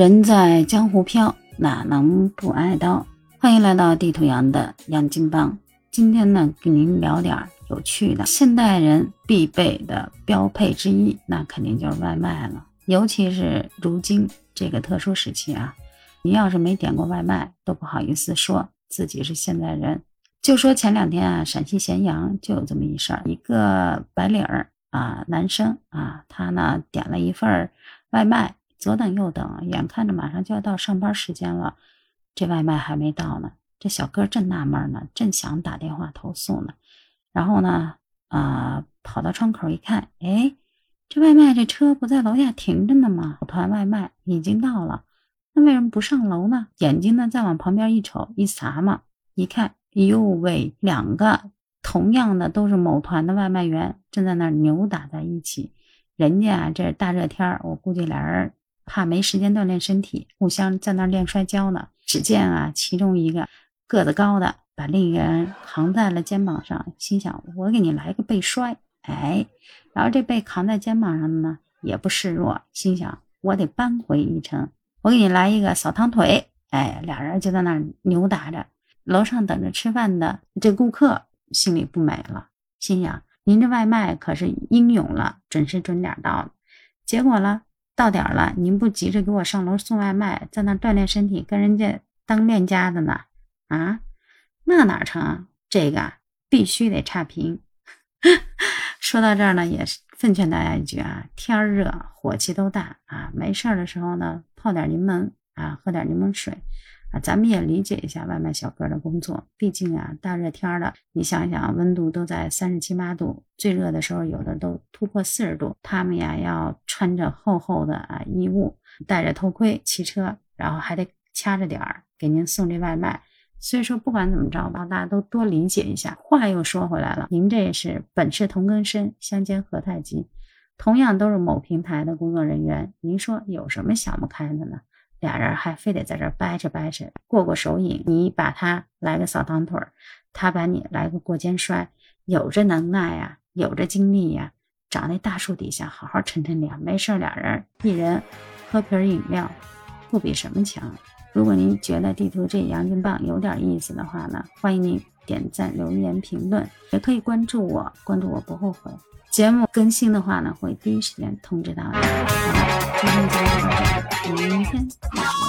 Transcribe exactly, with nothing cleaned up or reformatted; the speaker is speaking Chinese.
人在江湖飘，哪能不挨刀？欢迎来到地图羊的杨金帮。今天呢，跟您聊点有趣的。现代人必备的标配之一，那肯定就是外卖了。尤其是如今这个特殊时期啊，你要是没点过外卖，都不好意思说自己是现代人。就说前两天啊，陕西咸阳就有这么一事儿，一个白领儿啊，男生啊，他呢点了一份外卖，左等右等，眼看着马上就要到上班时间了，这外卖还没到呢。这小哥正纳闷呢，正想打电话投诉呢，然后呢，啊、呃，跑到窗口一看，哎，这外卖这车不在楼下停着呢吗？团外卖已经到了，那为什么不上楼呢？眼睛呢再往旁边一瞅一撒嘛，一看，哟喂，两个同样的都是某团的外卖员正在那儿扭打在一起。人家啊，这大热天，我估计俩人怕没时间锻炼身体，互相在那儿练摔跤呢。只见啊，其中一个个子高的把另一个人扛在了肩膀上，心想我给你来个背摔，哎，然后这被扛在肩膀上的呢也不示弱，心想我得扳回一城，我给你来一个扫堂腿，哎，俩人就在那儿扭打着。楼上等着吃饭的这顾客心里不美了，心想您这外卖可是英勇了，准时准点到了，结果了到点了，您不急着给我上楼送外卖，在那锻炼身体，跟人家当练家的呢啊，那哪成？这个必须得差评。说到这儿呢，也是奉劝大家一句啊，天热火气都大啊，没事的时候呢，泡点柠檬啊，喝点柠檬水啊，咱们也理解一下外卖小哥的工作，毕竟啊，大热天的，你想想温度都在三十七八度，最热的时候有的都突破四十度，他们呀要穿着厚厚的啊衣物，戴着头盔骑车，然后还得掐着点儿给您送这外卖。所以说不管怎么着吧，大家都多理解一下。话又说回来了，您这是本是同根生，相煎何太急，同样都是某平台的工作人员，您说有什么想不开的呢？俩人还非得在这掰扯掰扯，过过手瘾，你把他来个扫堂腿，他把你来个过肩摔，有这能耐呀，有这精力呀，找那大树底下好好乘乘凉，没事俩人一人喝瓶饮料，不比什么强。如果您觉得地图这杨金棒有点意思的话呢，欢迎您点赞留言评论，也可以关注我，关注我不后悔。节目更新的话呢，会第一时间通知到你。好了，今天节目到这里，我们明天再见。